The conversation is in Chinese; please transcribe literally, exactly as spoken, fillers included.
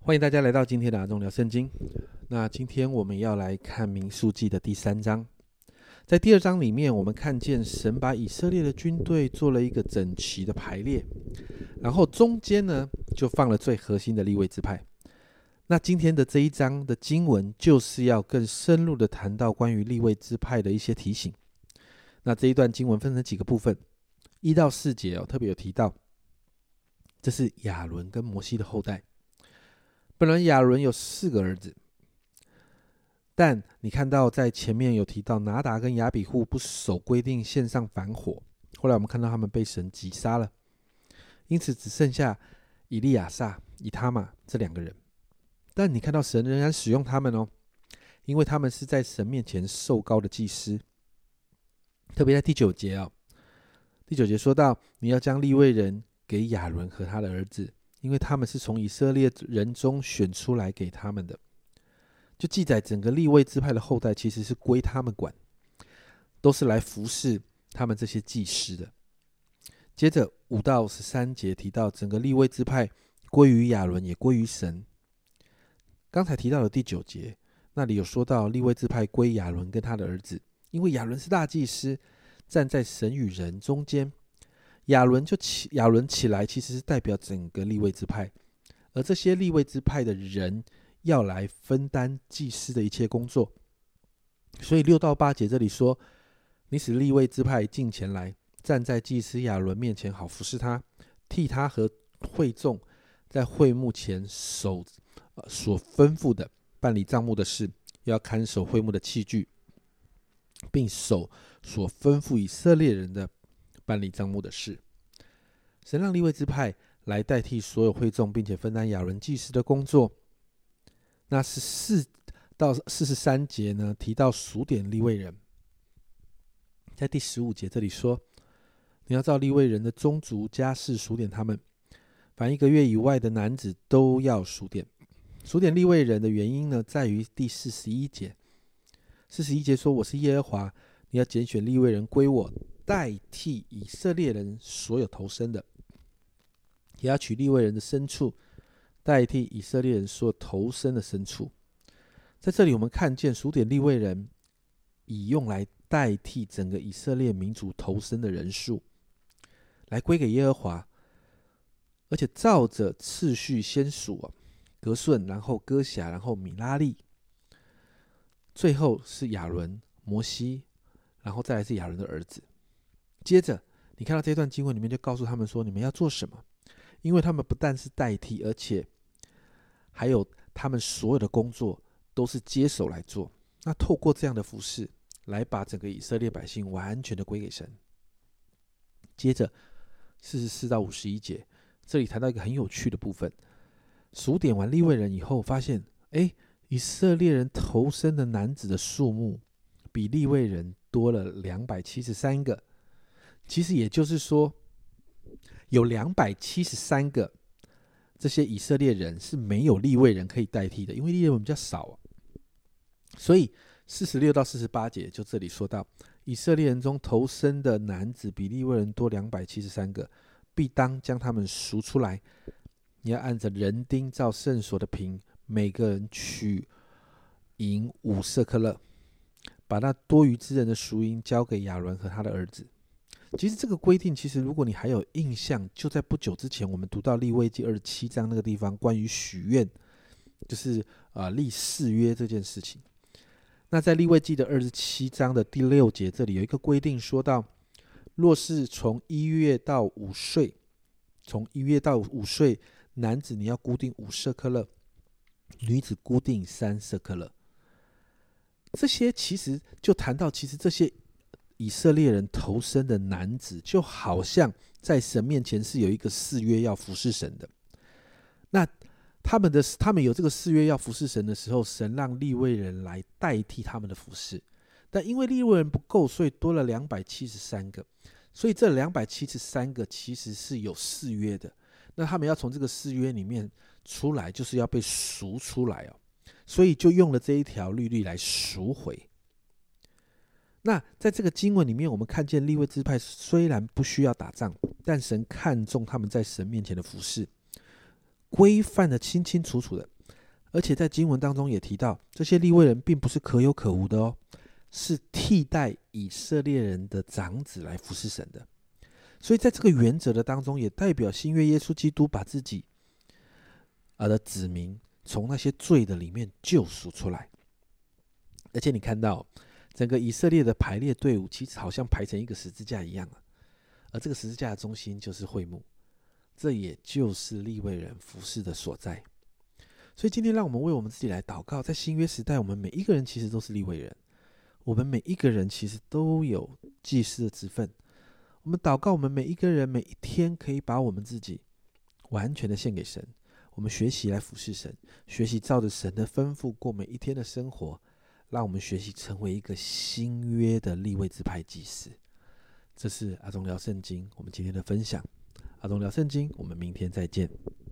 欢迎大家来到今天的阿忠聊圣经。那今天我们要来看民数记的第三章。在第二章里面，我们看见神把以色列的军队做了一个整齐的排列，然后中间呢就放了最核心的利未支派。那今天的这一章的经文就是要更深入的谈到关于利未支派的一些提醒。那这一段经文分成几个部分，一到四节、哦、特别有提到，这是亚伦跟摩西的后代。本来亚伦有四个儿子，但你看到在前面有提到拿达跟亚比户不守规定献上反火，后来我们看到他们被神击杀了，因此只剩下以利亚撒、以他玛这两个人。但你看到神仍然使用他们哦，因为他们是在神面前受膏的祭司。特别在第九节哦，第九节说到，你要将利未人给亚伦和他的儿子，因为他们是从以色列人中选出来给他们的。就记载整个利未支派的后代其实是归他们管，都是来服侍他们这些祭司的。接着五到十三节提到整个利未支派归于亚伦，也归于神。刚才提到的第九节那里有说到利未支派归亚伦跟他的儿子，因为亚伦是大祭司，站在神与人中间。亚伦就起亚伦起来其实是代表整个利未支派，而这些利未支派的人要来分担祭司的一切工作。所以六到八节这里说，你使利未支派进前来，站在祭司亚伦面前，好服侍他，替他和会众在会幕前守、呃、所吩咐的办理账目的事，要看守会幕的器具，并守所吩咐以色列人的办理账目的事。神让利未支派来代替所有会众，并且分担亚伦祭司的工作。那十四到四十三节呢，提到数点利未人。在第十五节这里说，你要照利未人的宗族家世数点他们，凡一个月以外的男子都要数点。数点利未人的原因呢，在于第四十一节。四十一节说，我是耶和华，你要拣选利未人归我，代替以色列人所有头生的，也要取利未人的牲畜，代替以色列人所有头生的牲畜。在这里我们看见数点利未人以用来代替整个以色列民族头生的人数，来归给耶和华，而且照着次序先数、啊、革顺，然后哥辖，然后米拉利，最后是亚伦、摩西，然后再来是亚伦的儿子。接着你看到这段经文里面就告诉他们说，你们要做什么，因为他们不但是代替，而且还有他们所有的工作都是接手来做。那透过这样的服事，来把整个以色列百姓完全的归给神。接着四十四到五十一节，这里谈到一个很有趣的部分，数点完利未人以后，发现诶以色列人头生的男子的数目比利未人多了两百七十三个。其实也就是说，有两百七十三个这些以色列人是没有利未人可以代替的，因为利未人比较少、啊、所以四十六到四十八节就这里说到，以色列人中头生的男子比利未人多两百七十三个，必当将他们赎出来，你要按着人丁照圣所的平，每个人取银五舍克勒，把那多余之人的赎银交给亚伦和他的儿子。其实这个规定，其实如果你还有印象，就在不久之前我们读到利未记二十七章那个地方，关于许愿，就是、呃、立誓约这件事情。那在利未记的二十七章的第六节，这里有一个规定说到，若是从一月到五岁，从一月到五岁，男子你要固定五舍克勒，女子固定三舍克勒。这些其实就谈到，其实这些以色列人头生的男子，就好像在神面前是有一个誓约要服侍神的。那他们的他们有这个誓约要服侍神的时候，神让利未人来代替他们的服侍，但因为利未人不够，所以多了两百七十三个。所以这两百七十三个其实是有誓约的，那他们要从这个誓约里面出来，就是要被赎出来哦。所以就用了这一条律例来赎回。那在这个经文里面，我们看见利未支派虽然不需要打仗，但神看重他们在神面前的服事，规范的清清楚楚的， 而且在经文当中也提到，这些利未人并不是可有可无的哦，是替代以色列人的长子来服侍神的。所以在这个原则的当中，也代表新约耶稣基督把自己的子民从那些罪的里面救赎出来。而且你看到整个以色列的排列队伍，其实好像排成一个十字架一样，而这个十字架的中心就是会幕，这也就是利未人服侍的所在。所以今天让我们为我们自己来祷告，在新约时代，我们每一个人其实都是利未人，我们每一个人其实都有祭司的职分。我们祷告，我们每一个人每一天可以把我们自己完全的献给神，我们学习来服侍神，学习照着神的吩咐过每一天的生活，让我们学习成为一个新约的利未支派祭司。这是阿忠聊圣经我们今天的分享。阿忠聊圣经，我们明天再见。